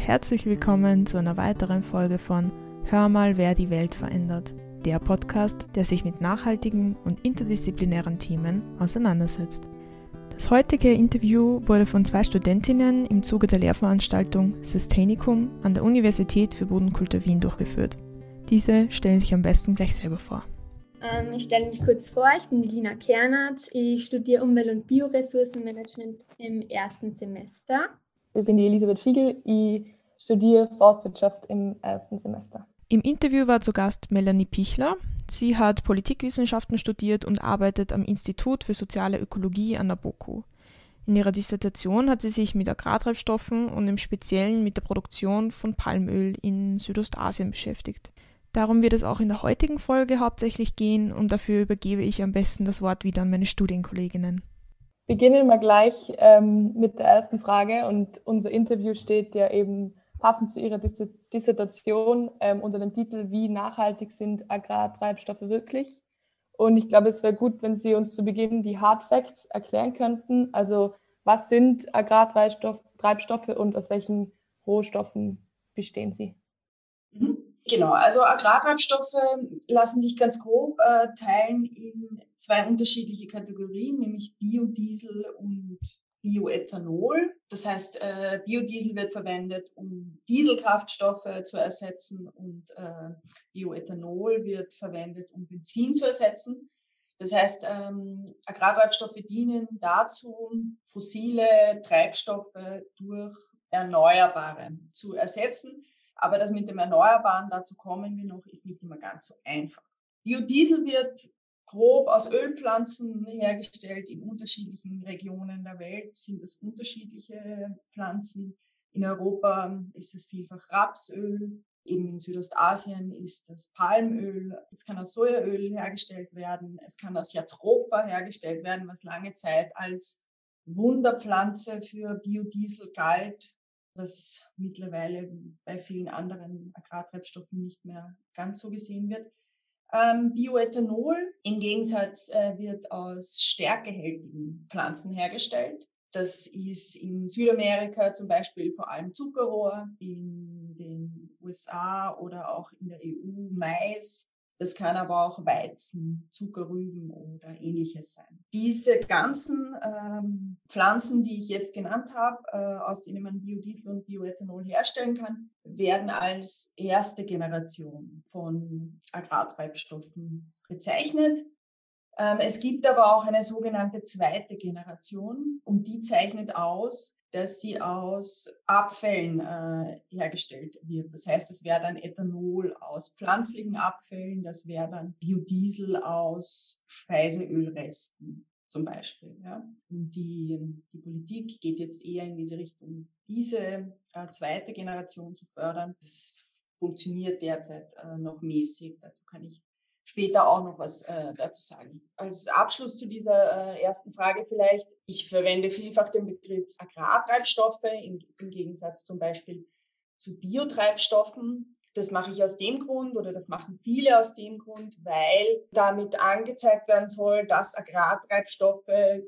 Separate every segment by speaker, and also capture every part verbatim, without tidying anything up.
Speaker 1: herzlich willkommen zu einer weiteren Folge von Hör mal, wer die Welt verändert. Der Podcast, der sich mit nachhaltigen und interdisziplinären Themen auseinandersetzt. Das heutige Interview wurde von zwei Studentinnen im Zuge der Lehrveranstaltung Sustainicum an der Universität für Bodenkultur Wien durchgeführt. Diese stellen sich am besten gleich selber vor.
Speaker 2: Ähm, ich stelle mich kurz vor, ich bin die Lina Kernert, ich studiere Umwelt- und Bioressourcenmanagement im ersten Semester.
Speaker 3: Ich bin die Elisabeth Fiegel, ich studiere Forstwirtschaft im ersten Semester.
Speaker 1: Im Interview war zu Gast Melanie Pichler. Sie hat Politikwissenschaften studiert und arbeitet am Institut für soziale Ökologie an der BOKU. In ihrer Dissertation hat sie sich mit Agrartreibstoffen und im Speziellen mit der Produktion von Palmöl in Südostasien beschäftigt. Darum wird es auch in der heutigen Folge hauptsächlich gehen und dafür übergebe ich am besten das Wort wieder an meine Studienkolleginnen.
Speaker 3: Beginnen wir gleich ähm, mit der ersten Frage und unser Interview steht ja eben passend zu Ihrer Dis- Dissertation ähm, unter dem Titel Wie nachhaltig sind Agrartreibstoffe wirklich? Und ich glaube, es wäre gut, wenn Sie uns zu Beginn die Hard Facts erklären könnten. Also was sind Agrartreibstoffe und aus welchen Rohstoffen bestehen sie?
Speaker 4: Mhm. Genau, also Agrartreibstoffe lassen sich ganz grob äh, teilen in zwei unterschiedliche Kategorien, nämlich Biodiesel und Bioethanol. Das heißt, äh, Biodiesel wird verwendet, um Dieselkraftstoffe zu ersetzen und äh, Bioethanol wird verwendet, um Benzin zu ersetzen. Das heißt, ähm, Agrartreibstoffe dienen dazu, fossile Treibstoffe durch erneuerbare zu ersetzen. Aber das mit dem Erneuerbaren, dazu kommen wir noch, ist nicht immer ganz so einfach. Biodiesel wird grob aus Ölpflanzen hergestellt. In unterschiedlichen Regionen der Welt sind es unterschiedliche Pflanzen. In Europa ist es vielfach Rapsöl. Eben in Südostasien ist das Palmöl. Es kann aus Sojaöl hergestellt werden. Es kann aus Jatropha hergestellt werden, was lange Zeit als Wunderpflanze für Biodiesel galt, das mittlerweile bei vielen anderen Agrartreibstoffen nicht mehr ganz so gesehen wird. Ähm, Bioethanol im Gegensatz äh, wird aus stärkehältigen Pflanzen hergestellt. Das ist in Südamerika zum Beispiel vor allem Zuckerrohr, in den U S A oder auch in der E U Mais. Das kann aber auch Weizen, Zuckerrüben oder ähnliches sein. Diese ganzen ähm, Pflanzen, die ich jetzt genannt habe, äh, aus denen man Biodiesel und Bioethanol herstellen kann, werden als erste Generation von Agrartreibstoffen bezeichnet. Ähm, es gibt aber auch eine sogenannte zweite Generation und die zeichnet aus, dass sie aus Abfällen äh, hergestellt wird. Das heißt, es wäre dann Ethanol aus pflanzlichen Abfällen, das wäre dann Biodiesel aus Speiseölresten zum Beispiel. Ja. Und die, die Politik geht jetzt eher in diese Richtung, diese äh, zweite Generation zu fördern. Das funktioniert derzeit äh, noch mäßig. Dazu kann ich später auch noch was äh, dazu sagen. Als Abschluss zu dieser äh, ersten Frage vielleicht, ich verwende vielfach den Begriff Agrartreibstoffe im, im Gegensatz zum Beispiel zu Biotreibstoffen. Das mache ich aus dem Grund oder das machen viele aus dem Grund, weil damit angezeigt werden soll, dass Agrartreibstoffe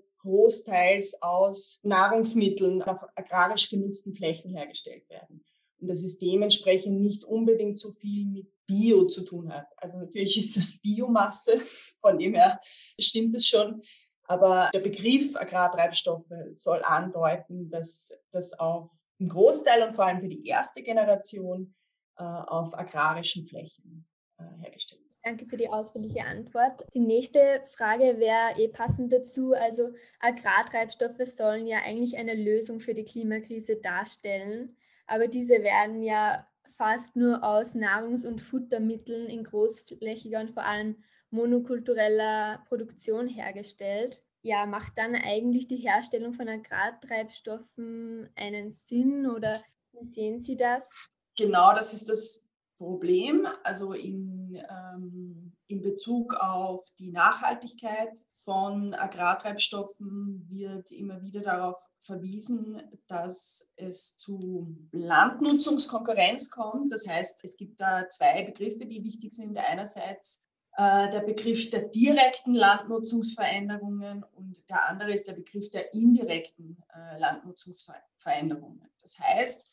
Speaker 4: großteils aus Nahrungsmitteln auf agrarisch genutzten Flächen hergestellt werden. Und das ist dementsprechend nicht unbedingt so viel mit Bio zu tun hat. Also natürlich ist das Biomasse, von dem her stimmt es schon. Aber der Begriff Agrartreibstoffe soll andeuten, dass das auf einen Großteil und vor allem für die erste Generation äh, auf agrarischen Flächen äh, hergestellt wird.
Speaker 2: Danke für die ausführliche Antwort. Die nächste Frage wäre eh passend dazu. Also Agrartreibstoffe sollen ja eigentlich eine Lösung für die Klimakrise darstellen. Aber diese werden ja fast nur aus Nahrungs- und Futtermitteln in großflächiger und vor allem monokultureller Produktion hergestellt. Ja, macht dann eigentlich die Herstellung von Agrartreibstoffen einen Sinn oder wie sehen Sie das?
Speaker 4: Genau, das ist das Problem. Also in, ähm, in Bezug auf die Nachhaltigkeit von Agrartreibstoffen wird immer wieder darauf verwiesen, dass es zu Landnutzungskonkurrenz kommt. Das heißt, es gibt da zwei Begriffe, die wichtig sind. Einerseits äh, der Begriff der direkten Landnutzungsveränderungen und der andere ist der Begriff der indirekten äh, Landnutzungsveränderungen. Das heißt,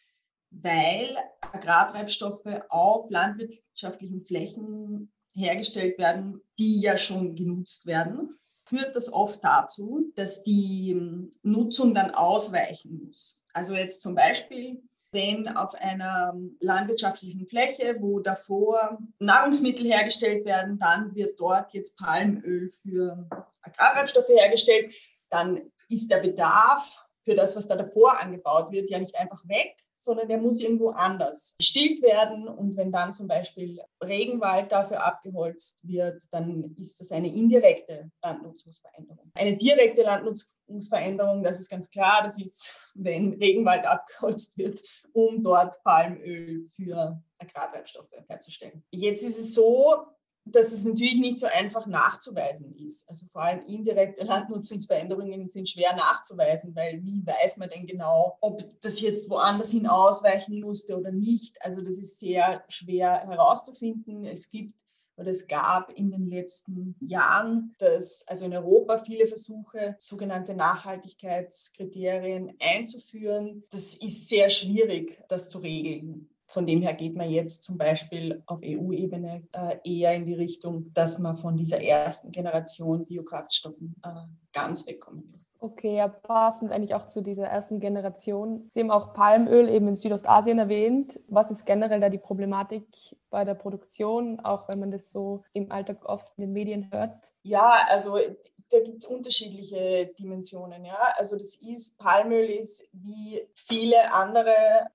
Speaker 4: weil Agrartreibstoffe auf landwirtschaftlichen Flächen hergestellt werden, die ja schon genutzt werden, führt das oft dazu, dass die Nutzung dann ausweichen muss. Also jetzt zum Beispiel, wenn auf einer landwirtschaftlichen Fläche, wo davor Nahrungsmittel hergestellt werden, dann wird dort jetzt Palmöl für Agrartreibstoffe hergestellt, dann ist der Bedarf für das, was da davor angebaut wird, ja nicht einfach weg, sondern der muss irgendwo anders gestillt werden. Und wenn dann zum Beispiel Regenwald dafür abgeholzt wird, dann ist das eine indirekte Landnutzungsveränderung. Eine direkte Landnutzungsveränderung, das ist ganz klar, das ist, wenn Regenwald abgeholzt wird, um dort Palmöl für Agrartreibstoffe herzustellen. Jetzt ist es so, dass es natürlich nicht so einfach nachzuweisen ist. Also vor allem indirekte Landnutzungsveränderungen sind schwer nachzuweisen, weil wie weiß man denn genau, ob das jetzt woanders hin ausweichen musste oder nicht? Also das ist sehr schwer herauszufinden. Es gibt oder es gab in den letzten Jahren, dass, also in Europa, viele Versuche, sogenannte Nachhaltigkeitskriterien einzuführen. Das ist sehr schwierig, das zu regeln. Von dem her geht man jetzt zum Beispiel auf E U-Ebene äh, eher in die Richtung, dass man von dieser ersten Generation Biokraftstoffen äh, ganz wegkommen will.
Speaker 3: Okay, ja, passend eigentlich auch zu dieser ersten Generation. Sie haben auch Palmöl eben in Südostasien erwähnt. Was ist generell da die Problematik bei der Produktion, auch wenn man das so im Alltag oft in den Medien hört?
Speaker 4: Ja, also da gibt es unterschiedliche Dimensionen. Ja? Also das ist, Palmöl ist wie viele andere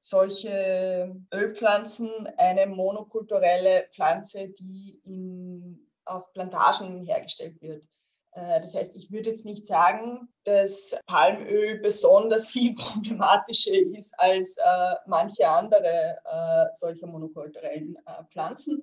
Speaker 4: solche Ölpflanzen eine monokulturelle Pflanze, die in, auf Plantagen hergestellt wird. Das heißt, ich würde jetzt nicht sagen, dass Palmöl besonders viel problematischer ist als äh, manche andere äh, solcher monokulturellen äh, Pflanzen.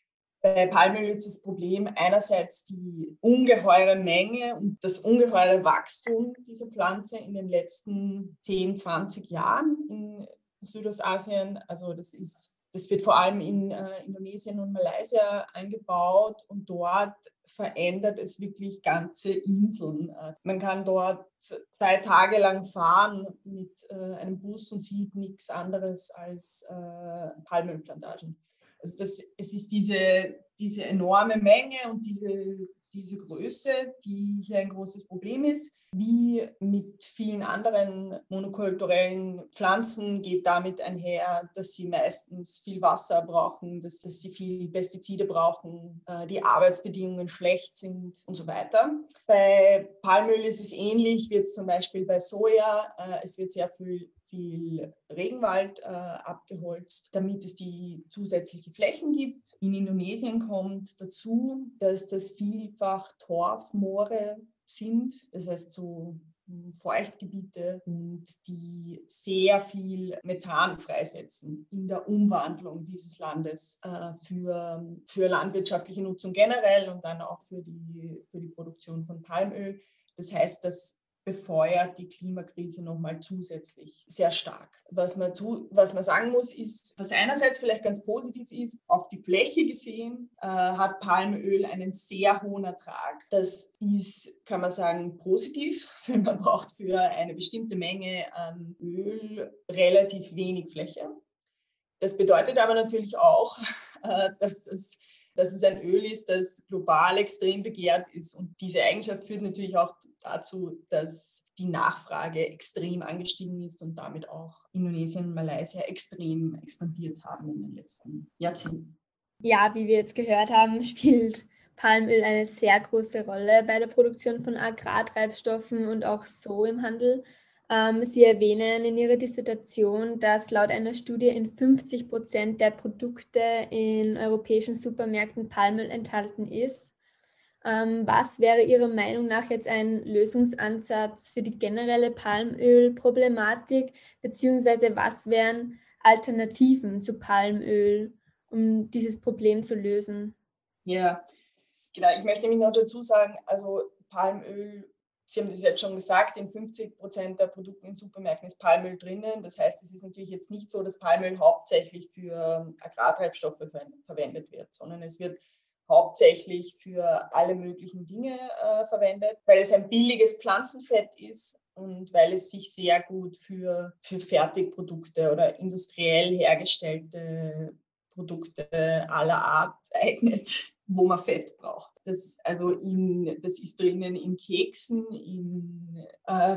Speaker 4: Bei Palmöl ist das Problem einerseits die ungeheure Menge und das ungeheure Wachstum dieser Pflanze in den letzten zehn, zwanzig Jahren in Südostasien. Also das ist Das wird vor allem in äh, Indonesien und Malaysia eingebaut und dort verändert es wirklich ganze Inseln. Äh, man kann dort zwei Tage lang fahren mit äh, einem Bus und sieht nichts anderes als äh, Palmölplantagen. Also das, es ist diese, diese enorme Menge und diese, diese Größe, die hier ein großes Problem ist. Wie mit vielen anderen monokulturellen Pflanzen geht damit einher, dass sie meistens viel Wasser brauchen, dass, dass sie viel Pestizide brauchen, äh, die Arbeitsbedingungen schlecht sind und so weiter. Bei Palmöl ist es ähnlich wie jetzt zum Beispiel bei Soja. Äh, es wird sehr viel viel Regenwald äh, abgeholzt, damit es die zusätzliche Flächen gibt. In Indonesien kommt dazu, dass das vielfach Torfmoore sind, das heißt so Feuchtgebiete, und die sehr viel Methan freisetzen in der Umwandlung dieses Landes äh, für, für landwirtschaftliche Nutzung generell und dann auch für die, für die Produktion von Palmöl. Das heißt, dass befeuert die Klimakrise nochmal zusätzlich sehr stark. Was man, zu, was man sagen muss, ist, was einerseits vielleicht ganz positiv ist, auf die Fläche gesehen äh, hat Palmöl einen sehr hohen Ertrag. Das ist, kann man sagen, positiv, weil man braucht für eine bestimmte Menge an Öl relativ wenig Fläche. Das bedeutet aber natürlich auch, äh, dass das dass es ein Öl ist, das global extrem begehrt ist. Und diese Eigenschaft führt natürlich auch dazu, dass die Nachfrage extrem angestiegen ist und damit auch Indonesien und Malaysia extrem expandiert haben in den letzten Jahrzehnten.
Speaker 2: Ja, wie wir jetzt gehört haben, spielt Palmöl eine sehr große Rolle bei der Produktion von Agrartreibstoffen und auch so im Handel. Sie erwähnen in Ihrer Dissertation, dass laut einer Studie in fünfzig Prozent der Produkte in europäischen Supermärkten Palmöl enthalten ist. Was wäre Ihrer Meinung nach jetzt ein Lösungsansatz für die generelle Palmölproblematik, beziehungsweise was wären Alternativen zu Palmöl, um dieses Problem zu lösen?
Speaker 4: Ja, genau. Ich möchte mich noch dazu sagen, also Palmöl, Sie haben das jetzt schon gesagt, in fünfzig Prozent der Produkte in Supermärkten ist Palmöl drinnen. Das heißt, es ist natürlich jetzt nicht so, dass Palmöl hauptsächlich für Agrartreibstoffe verwendet wird, sondern es wird hauptsächlich für alle möglichen Dinge äh, verwendet, weil es ein billiges Pflanzenfett ist und weil es sich sehr gut für, für Fertigprodukte oder industriell hergestellte Produkte aller Art eignet, wo man Fett braucht. Das, also in, das ist drinnen in Keksen, in äh,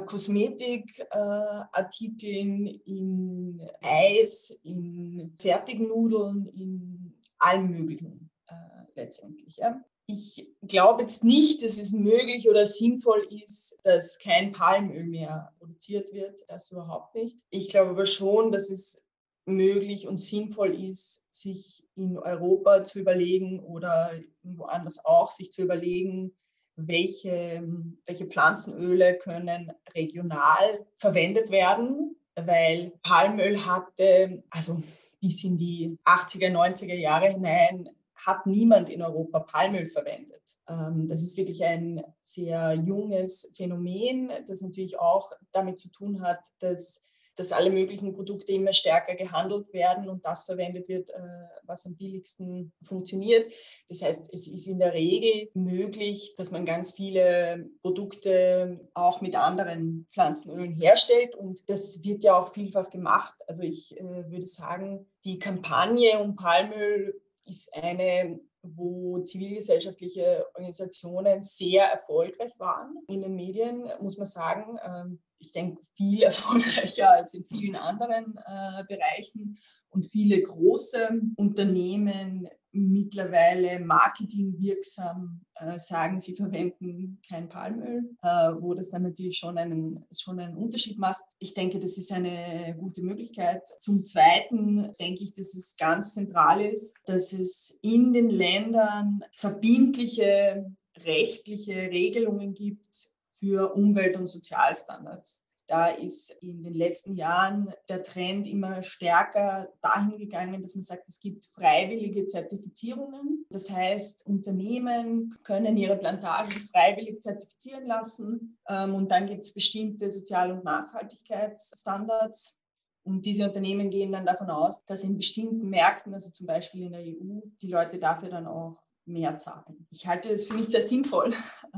Speaker 4: Kosmetikartikeln, äh, in Eis, in Fertignudeln, in allem Möglichen äh, letztendlich. Ja. Ich glaube jetzt nicht, dass es möglich oder sinnvoll ist, dass kein Palmöl mehr produziert wird. Das überhaupt nicht. Ich glaube aber schon, dass es möglich und sinnvoll ist, sich in Europa zu überlegen oder woanders auch, sich zu überlegen, welche, welche Pflanzenöle können regional verwendet werden, weil Palmöl hatte, also bis in die achtziger, neunziger Jahre hinein, hat niemand in Europa Palmöl verwendet. Das ist wirklich ein sehr junges Phänomen, das natürlich auch damit zu tun hat, dass dass alle möglichen Produkte immer stärker gehandelt werden und das verwendet wird, was am billigsten funktioniert. Das heißt, es ist in der Regel möglich, dass man ganz viele Produkte auch mit anderen Pflanzenölen herstellt und das wird ja auch vielfach gemacht. Also ich würde sagen, die Kampagne um Palmöl ist eine, wo zivilgesellschaftliche Organisationen sehr erfolgreich waren in den Medien, muss man sagen. Ich denke, viel erfolgreicher als in vielen anderen äh, Bereichen und viele große Unternehmen mittlerweile marketingwirksam äh, sagen, sie verwenden kein Palmöl, äh, wo das dann natürlich schon einen, schon einen Unterschied macht. Ich denke, das ist eine gute Möglichkeit. Zum Zweiten denke ich, dass es ganz zentral ist, dass es in den Ländern verbindliche rechtliche Regelungen gibt für Umwelt- und Sozialstandards. Da ist in den letzten Jahren der Trend immer stärker dahin gegangen, dass man sagt, es gibt freiwillige Zertifizierungen. Das heißt, Unternehmen können ihre Plantagen freiwillig zertifizieren lassen. Und dann gibt es bestimmte Sozial- und Nachhaltigkeitsstandards. Und diese Unternehmen gehen dann davon aus, dass in bestimmten Märkten, also zum Beispiel in der E U, die Leute dafür dann auch mehr zahlen. Ich halte das für nicht sehr sinnvoll,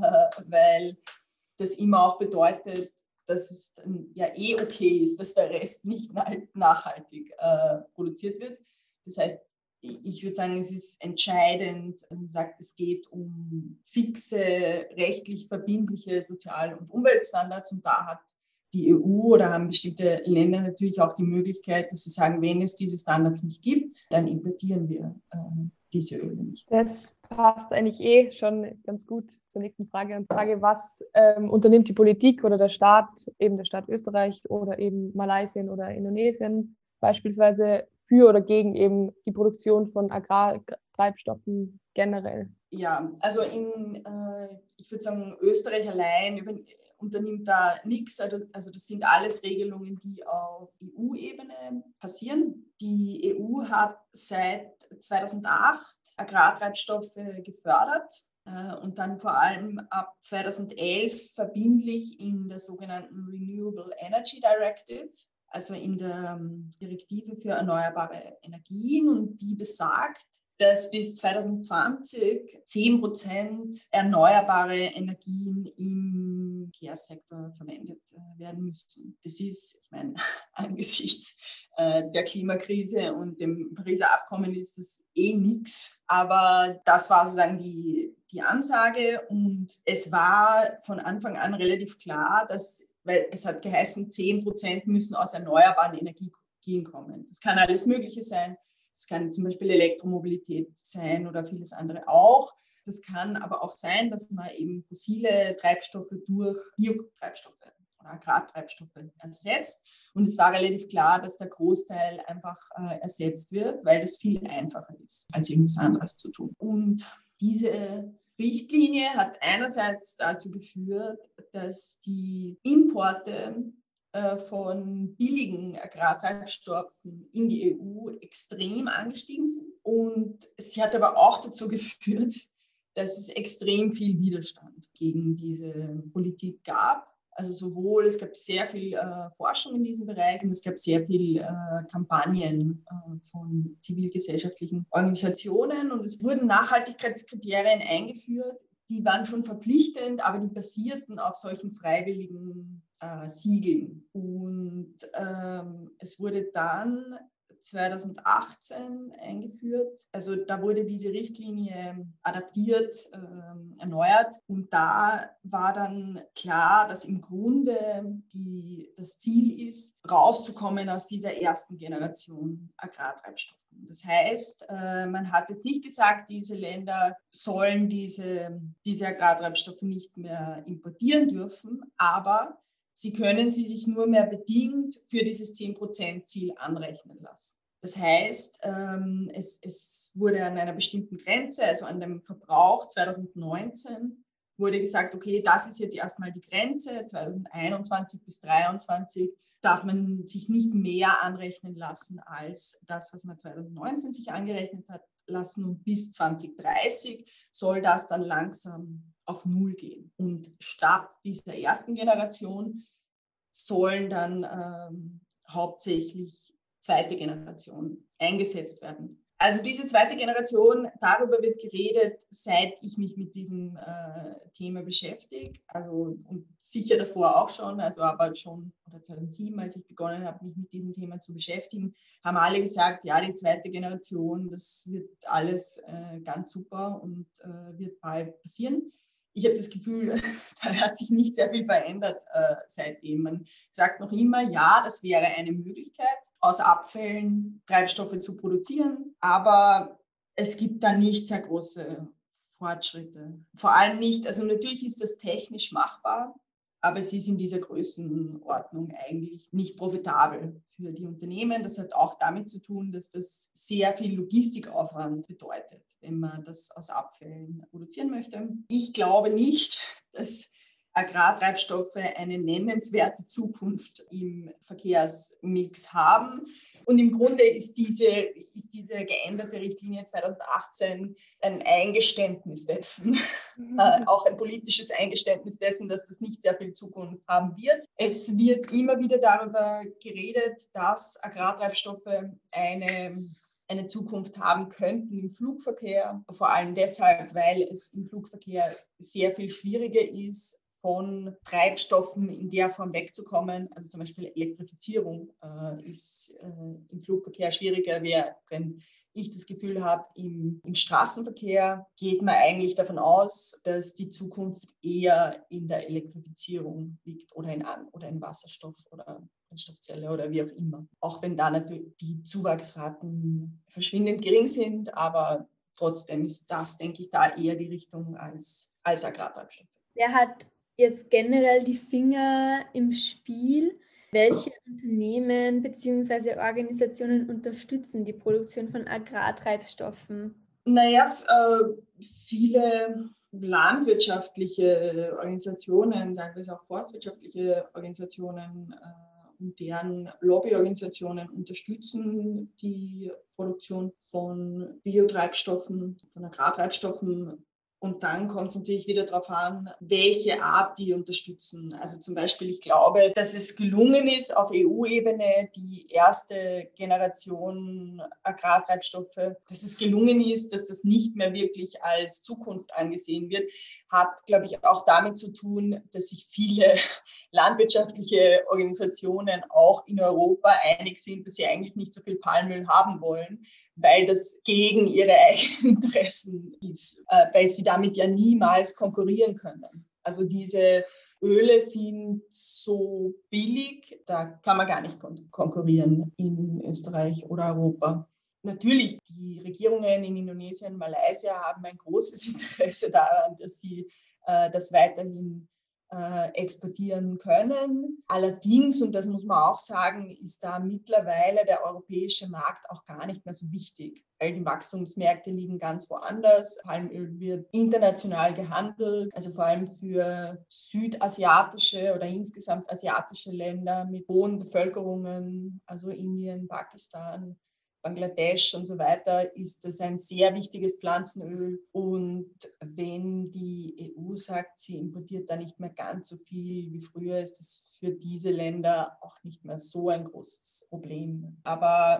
Speaker 4: weil das immer auch bedeutet, dass es dann ja eh okay ist, dass der Rest nicht nachhaltig äh, produziert wird. Das heißt, ich würde sagen, es ist entscheidend, dass man sagt, es geht um fixe, rechtlich verbindliche Sozial- und Umweltstandards und da hat die E U oder haben bestimmte Länder natürlich auch die Möglichkeit, dass sie sagen, wenn es diese Standards nicht gibt, dann importieren wir äh, diese Öle nicht.
Speaker 3: Das passt eigentlich eh schon ganz gut zur nächsten Frage. Und Frage, was ähm, unternimmt die Politik oder der Staat, eben der Staat Österreich oder eben Malaysia oder Indonesien beispielsweise für oder gegen eben die Produktion von Agrartreibstoffen generell?
Speaker 4: Ja, also in, äh, ich würde sagen, Österreich allein über, unternimmt da nichts. Also, also das sind alles Regelungen, die auf E U-Ebene passieren. Die E U hat seit zweitausendacht Agrartreibstoffe gefördert äh, und dann vor allem ab zweitausendelf verbindlich in der sogenannten Renewable Energy Directive, also in der um, Direktive für erneuerbare Energien, und die besagt, dass bis zweitausendzwanzig zehn Prozent erneuerbare Energien im Verkehrssektor verwendet werden müssen. Das ist, ich meine, angesichts äh, der Klimakrise und dem Pariser Abkommen ist das eh nichts. Aber das war sozusagen die, die Ansage und es war von Anfang an relativ klar, dass, weil es hat geheißen, zehn Prozent müssen aus erneuerbaren Energien kommen. Das kann alles Mögliche sein. Das kann zum Beispiel Elektromobilität sein oder vieles andere auch. Das kann aber auch sein, dass man eben fossile Treibstoffe durch Biotreibstoffe oder Agrartreibstoffe ersetzt. Und es war relativ klar, dass der Großteil einfach äh, ersetzt wird, weil das viel einfacher ist, als irgendwas anderes zu tun. Und diese Richtlinie hat einerseits dazu geführt, dass die Importe von billigen Agrartreibstoffen in die E U extrem angestiegen sind. Und sie hat aber auch dazu geführt, dass es extrem viel Widerstand gegen diese Politik gab. Also sowohl, es gab sehr viel äh, Forschung in diesem Bereich und es gab sehr viel äh, Kampagnen äh, von zivilgesellschaftlichen Organisationen und es wurden Nachhaltigkeitskriterien eingeführt, die waren schon verpflichtend, aber die basierten auf solchen freiwilligen äh, Siegeln. Und ähm, es wurde dann zweitausendachtzehn eingeführt. Also da wurde diese Richtlinie adaptiert, äh, erneuert und da war dann klar, dass im Grunde die, das Ziel ist, rauszukommen aus dieser ersten Generation Agrartreibstoffen. Das heißt, äh, man hat jetzt nicht gesagt, diese Länder sollen diese, diese Agrartreibstoffe nicht mehr importieren dürfen, aber sie können sie sich nur mehr bedingt für dieses zehn Prozent Ziel anrechnen lassen. Das heißt, ähm, es, es wurde an einer bestimmten Grenze, also an dem Verbrauch zweitausendneunzehn, wurde gesagt, okay, das ist jetzt erstmal die Grenze, zweitausendeinundzwanzig bis zweitausenddreiundzwanzig darf man sich nicht mehr anrechnen lassen als das, was man zweitausendneunzehn sich angerechnet hat lassen, und bis zweitausenddreißig soll das dann langsam auf Null gehen. Und statt dieser ersten Generation sollen dann ähm, hauptsächlich zweite Generation eingesetzt werden. Also diese zweite Generation, darüber wird geredet, seit ich mich mit diesem äh, Thema beschäftige. Also und sicher davor auch schon, also aber schon oder zweitausendsieben, als ich begonnen habe, mich mit diesem Thema zu beschäftigen, haben alle gesagt, ja, die zweite Generation, das wird alles äh, ganz super und äh, wird bald passieren. Ich habe das Gefühl, da hat sich nicht sehr viel verändert äh, seitdem. Man sagt noch immer, ja, das wäre eine Möglichkeit, aus Abfällen Treibstoffe zu produzieren, aber es gibt da nicht sehr große Fortschritte. Vor allem nicht, also natürlich ist das technisch machbar, aber es ist in dieser Größenordnung eigentlich nicht profitabel für die Unternehmen. Das hat auch damit zu tun, dass das sehr viel Logistikaufwand bedeutet, wenn man das aus Abfällen produzieren möchte. Ich glaube nicht, dass Agrartreibstoffe eine nennenswerte Zukunft im Verkehrsmix haben. Und im Grunde ist diese, ist diese geänderte Richtlinie zweitausendachtzehn ein Eingeständnis dessen, mhm. äh, auch ein politisches Eingeständnis dessen, dass das nicht sehr viel Zukunft haben wird. Es wird immer wieder darüber geredet, dass Agrartreibstoffe eine eine Zukunft haben könnten im Flugverkehr, vor allem deshalb, weil es im Flugverkehr sehr viel schwieriger ist, von Treibstoffen in der Form wegzukommen. Also zum Beispiel Elektrifizierung äh, ist äh, im Flugverkehr schwieriger, während ich das Gefühl habe, im, im Straßenverkehr geht man eigentlich davon aus, dass die Zukunft eher in der Elektrifizierung liegt oder in, oder in Wasserstoff oder Brennstoffzelle oder wie auch immer. Auch wenn da natürlich die Zuwachsraten verschwindend gering sind, aber trotzdem ist das, denke ich, da eher die Richtung als, als Agrartreibstoffe.
Speaker 2: Wer hat jetzt generell die Finger im Spiel? Welche Unternehmen bzw. Organisationen unterstützen die Produktion von Agrartreibstoffen?
Speaker 4: Naja, äh, viele landwirtschaftliche Organisationen, teilweise auch forstwirtschaftliche Organisationen äh, und deren Lobbyorganisationen unterstützen die Produktion von Biotreibstoffen, von Agrartreibstoffen. Und dann kommt es natürlich wieder darauf an, welche Art die unterstützen. Also zum Beispiel, ich glaube, dass es gelungen ist, auf E U-Ebene die erste Generation Agrartreibstoffe, dass es gelungen ist, dass das nicht mehr wirklich als Zukunft angesehen wird, hat, glaube ich, auch damit zu tun, dass sich viele landwirtschaftliche Organisationen auch in Europa einig sind, dass sie eigentlich nicht so viel Palmöl haben wollen, weil das gegen ihre eigenen Interessen ist, äh, weil sie damit ja niemals konkurrieren können. Also diese Öle sind so billig, da kann man gar nicht kon- konkurrieren in Österreich oder Europa. Natürlich, die Regierungen in Indonesien, Malaysia haben ein großes Interesse daran, dass sie äh, das weiterhin äh, exportieren können. Allerdings, und das muss man auch sagen, ist da mittlerweile der europäische Markt auch gar nicht mehr so wichtig, weil die Wachstumsmärkte liegen ganz woanders. Palmöl wird international gehandelt, also vor allem für südasiatische oder insgesamt asiatische Länder mit hohen Bevölkerungen, also Indien, Pakistan, Bangladesch und so weiter, ist das ein sehr wichtiges Pflanzenöl. Und wenn die E U sagt, sie importiert da nicht mehr ganz so viel wie früher, ist das für diese Länder auch nicht mehr so ein großes Problem. Aber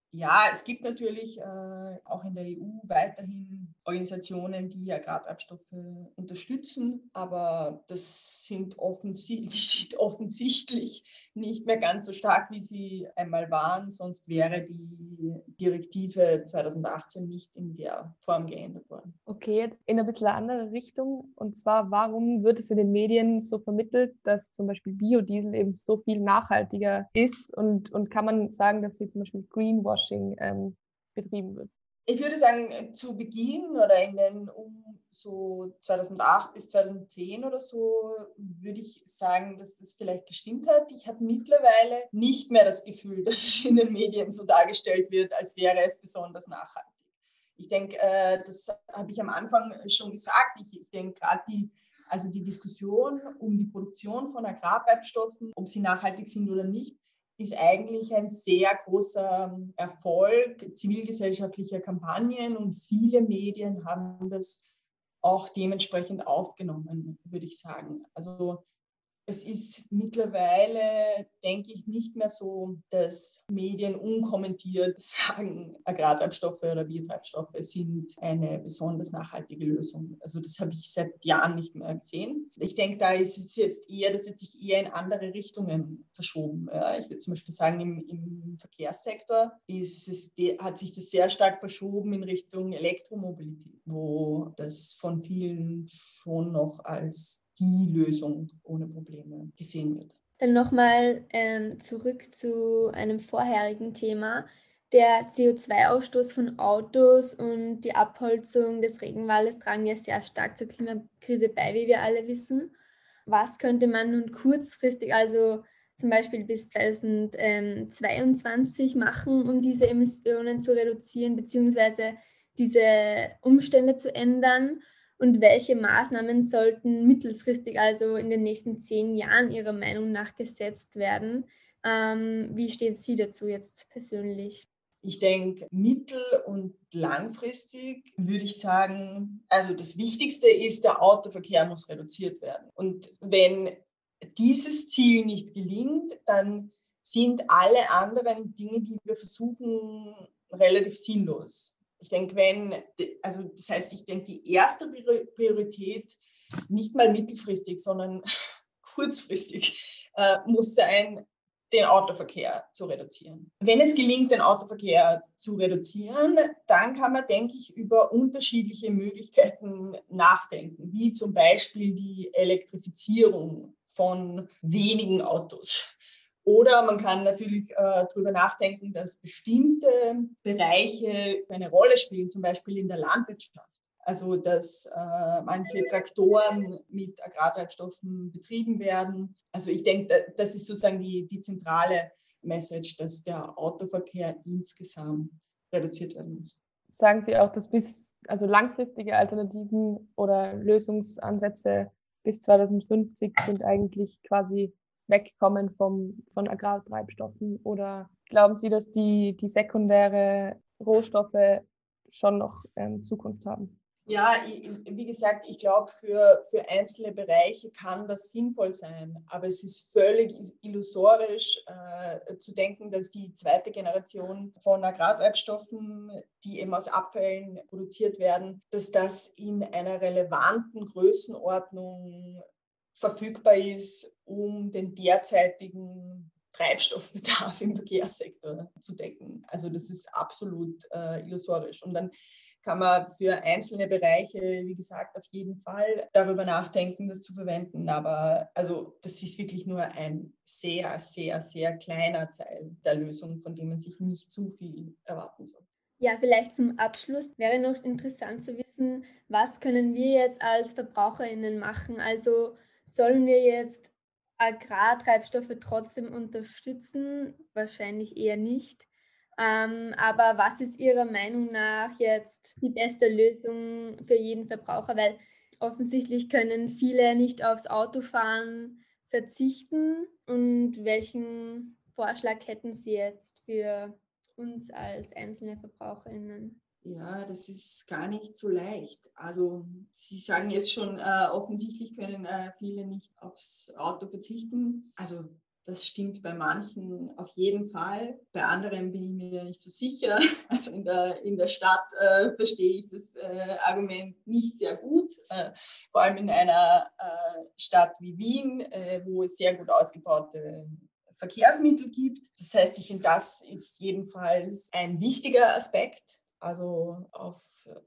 Speaker 4: Ja, es gibt natürlich äh, auch in der E U weiterhin Organisationen, die Agrartreibstoffe unterstützen, aber das sind, offensi- die sind offensichtlich nicht mehr ganz so stark, wie sie einmal waren, sonst wäre die Direktive zweitausendachtzehn nicht in der Form geändert worden.
Speaker 3: Okay, jetzt in ein bisschen andere Richtung. Und zwar, warum wird es in den Medien so vermittelt, dass zum Beispiel Biodiesel eben so viel nachhaltiger ist? Und, und kann man sagen, dass hier zum Beispiel Greenwashing ähm, betrieben wird?
Speaker 4: Ich würde sagen, zu Beginn oder in den um so zweitausendacht bis zweitausendzehn oder so, würde ich sagen, dass das vielleicht gestimmt hat. Ich habe mittlerweile nicht mehr das Gefühl, dass es in den Medien so dargestellt wird, als wäre es besonders nachhaltig. Ich denke, äh, das habe ich am Anfang schon gesagt. Ich, ich denke, gerade die, also die Diskussion um die Produktion von Agrartreibstoffen, ob sie nachhaltig sind oder nicht, ist eigentlich ein sehr großer Erfolg zivilgesellschaftlicher Kampagnen und viele Medien haben das auch dementsprechend aufgenommen, würde ich sagen. Also es ist mittlerweile, denke ich, nicht mehr so, dass Medien unkommentiert sagen, Agrartreibstoffe oder Biotreibstoffe sind eine besonders nachhaltige Lösung. Also das habe ich seit Jahren nicht mehr gesehen. Ich denke, da ist es jetzt eher, das hat sich eher in andere Richtungen verschoben. Ja, ich würde zum Beispiel sagen, im, im Verkehrssektor ist es, hat sich das sehr stark verschoben in Richtung Elektromobilität, wo das von vielen schon noch als die Lösung ohne Probleme gesehen wird.
Speaker 2: Dann nochmal ähm, zurück zu einem vorherigen Thema. Der C O zwei Ausstoß von Autos und die Abholzung des Regenwaldes tragen ja sehr stark zur Klimakrise bei, wie wir alle wissen. Was könnte man nun kurzfristig, also zum Beispiel bis zweitausendzweiundzwanzig machen, um diese Emissionen zu reduzieren, beziehungsweise diese Umstände zu ändern? Und welche Maßnahmen sollten mittelfristig, also in den nächsten zehn Jahren, Ihrer Meinung nach gesetzt werden? Ähm, wie stehen Sie dazu jetzt persönlich?
Speaker 4: Ich denke, mittel- und langfristig würde ich sagen, also das Wichtigste ist, der Autoverkehr muss reduziert werden. Und wenn dieses Ziel nicht gelingt, dann sind alle anderen Dinge, die wir versuchen, relativ sinnlos. Ich denke, wenn, also das heißt, ich denke, die erste Priorität nicht mal mittelfristig, sondern kurzfristig äh, muss sein, den Autoverkehr zu reduzieren. Wenn es gelingt, den Autoverkehr zu reduzieren, dann kann man, denke ich, über unterschiedliche Möglichkeiten nachdenken, wie zum Beispiel die Elektrifizierung von wenigen Autos. Oder man kann natürlich äh, darüber nachdenken, dass bestimmte Bereiche eine Rolle spielen, zum Beispiel in der Landwirtschaft. Also dass äh, manche Traktoren mit Agrartreibstoffen betrieben werden. Also ich denke, das ist sozusagen die, die zentrale Message, dass der Autoverkehr insgesamt reduziert werden muss.
Speaker 3: Sagen Sie auch, dass bis, also langfristige Alternativen oder Lösungsansätze bis zweitausendfünfzig sind eigentlich quasi wegkommen vom, von Agrartreibstoffen? Oder glauben Sie, dass die, die sekundäre Rohstoffe schon noch ähm, Zukunft haben?
Speaker 4: Ja, wie gesagt, ich glaube, für, für einzelne Bereiche kann das sinnvoll sein, aber es ist völlig illusorisch äh, zu denken, dass die zweite Generation von Agrartreibstoffen, die eben aus Abfällen produziert werden, dass das in einer relevanten Größenordnung verfügbar ist, um den derzeitigen Treibstoffbedarf im Verkehrssektor zu decken. Also das ist absolut äh, illusorisch. Und dann kann man für einzelne Bereiche, wie gesagt, auf jeden Fall darüber nachdenken, das zu verwenden. Aber also das ist wirklich nur ein sehr, sehr, sehr kleiner Teil der Lösung, von dem man sich nicht zu viel erwarten soll.
Speaker 2: Ja, vielleicht zum Abschluss wäre noch interessant zu wissen, was können wir jetzt als VerbraucherInnen machen? Also sollen wir jetzt Agrartreibstoffe trotzdem unterstützen? Wahrscheinlich eher nicht. Ähm, aber was ist Ihrer Meinung nach jetzt die beste Lösung für jeden Verbraucher? Weil offensichtlich können viele nicht aufs Autofahren verzichten. Und welchen Vorschlag hätten Sie jetzt für uns als einzelne VerbraucherInnen?
Speaker 4: Ja, das ist gar nicht so leicht. Also Sie sagen jetzt schon, äh, offensichtlich können äh, viele nicht aufs Auto verzichten. Also Das stimmt bei manchen auf jeden Fall. Bei anderen bin ich mir nicht so sicher. Also in der, in der Stadt äh, verstehe ich das äh, Argument nicht sehr gut. Äh, vor allem in einer äh, Stadt wie Wien, äh, wo es sehr gut ausgebaute Verkehrsmittel gibt. Das heißt, ich finde, das ist jedenfalls ein wichtiger Aspekt. Also auf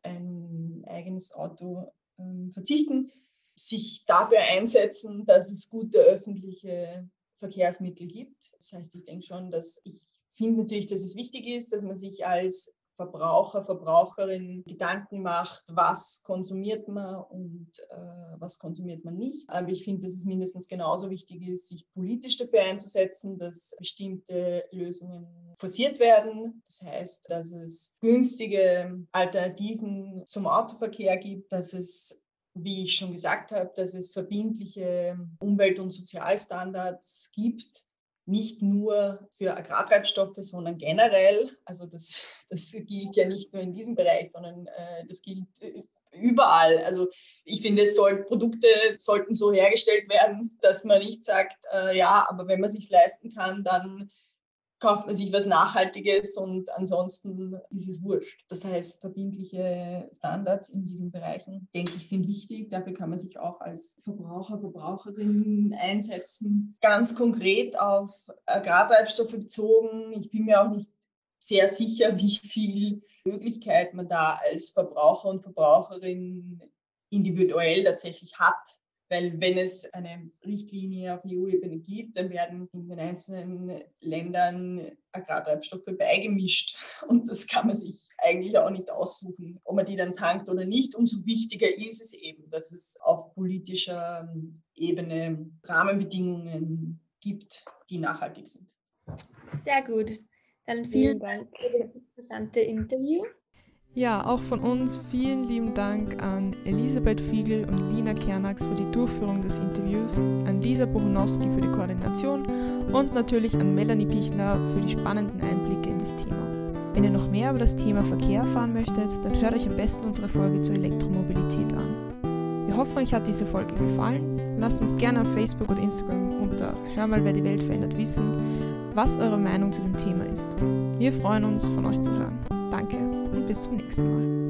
Speaker 4: ein eigenes Auto ähm, verzichten, sich dafür einsetzen, dass es gute öffentliche Verkehrsmittel gibt. Das heißt, ich denke schon, dass ich finde natürlich, dass es wichtig ist, dass man sich als Verbraucher, Verbraucherin Gedanken macht, was konsumiert man und äh, was konsumiert man nicht. Aber ich finde, dass es mindestens genauso wichtig ist, sich politisch dafür einzusetzen, dass bestimmte Lösungen forciert werden. Das heißt, dass es günstige Alternativen zum Autoverkehr gibt, dass es, wie ich schon gesagt habe, dass es verbindliche Umwelt- und Sozialstandards gibt, nicht nur für Agrartreibstoffe, sondern generell. Also das, das gilt ja nicht nur in diesem Bereich, sondern äh, das gilt äh, überall. Also ich finde, es soll, Produkte sollten so hergestellt werden, dass man nicht sagt, äh, ja, aber wenn man es sich leisten kann, dann kauft man sich was Nachhaltiges und ansonsten ist es wurscht. Das heißt, verbindliche Standards in diesen Bereichen, denke ich, sind wichtig. Dafür kann man sich auch als Verbraucher, Verbraucherin einsetzen. Ganz konkret auf Agrartreibstoffe bezogen. Ich bin mir auch nicht sehr sicher, wie viel Möglichkeit man da als Verbraucher und Verbraucherin individuell tatsächlich hat. Weil wenn es eine Richtlinie auf E U-Ebene gibt, dann werden in den einzelnen Ländern Agrartreibstoffe beigemischt. Und das kann man sich eigentlich auch nicht aussuchen, ob man die dann tankt oder nicht. Umso wichtiger ist es eben, dass es auf politischer Ebene Rahmenbedingungen gibt, die nachhaltig sind.
Speaker 2: Sehr gut. Dann vielen Dank für das interessante Interview.
Speaker 1: Ja, auch von uns vielen lieben Dank an Elisabeth Fiegel und Lina Kernax für die Durchführung des Interviews, an Lisa Bohunowski für die Koordination und natürlich an Melanie Pichler für die spannenden Einblicke in das Thema. Wenn ihr noch mehr über das Thema Verkehr erfahren möchtet, dann hört euch am besten unsere Folge zur Elektromobilität an. Wir hoffen, euch hat diese Folge gefallen. Lasst uns gerne auf Facebook und Instagram unter Hör mal, wer die Welt verändert wissen, was eure Meinung zu dem Thema ist. Wir freuen uns, von euch zu hören. Danke und bis zum nächsten Mal.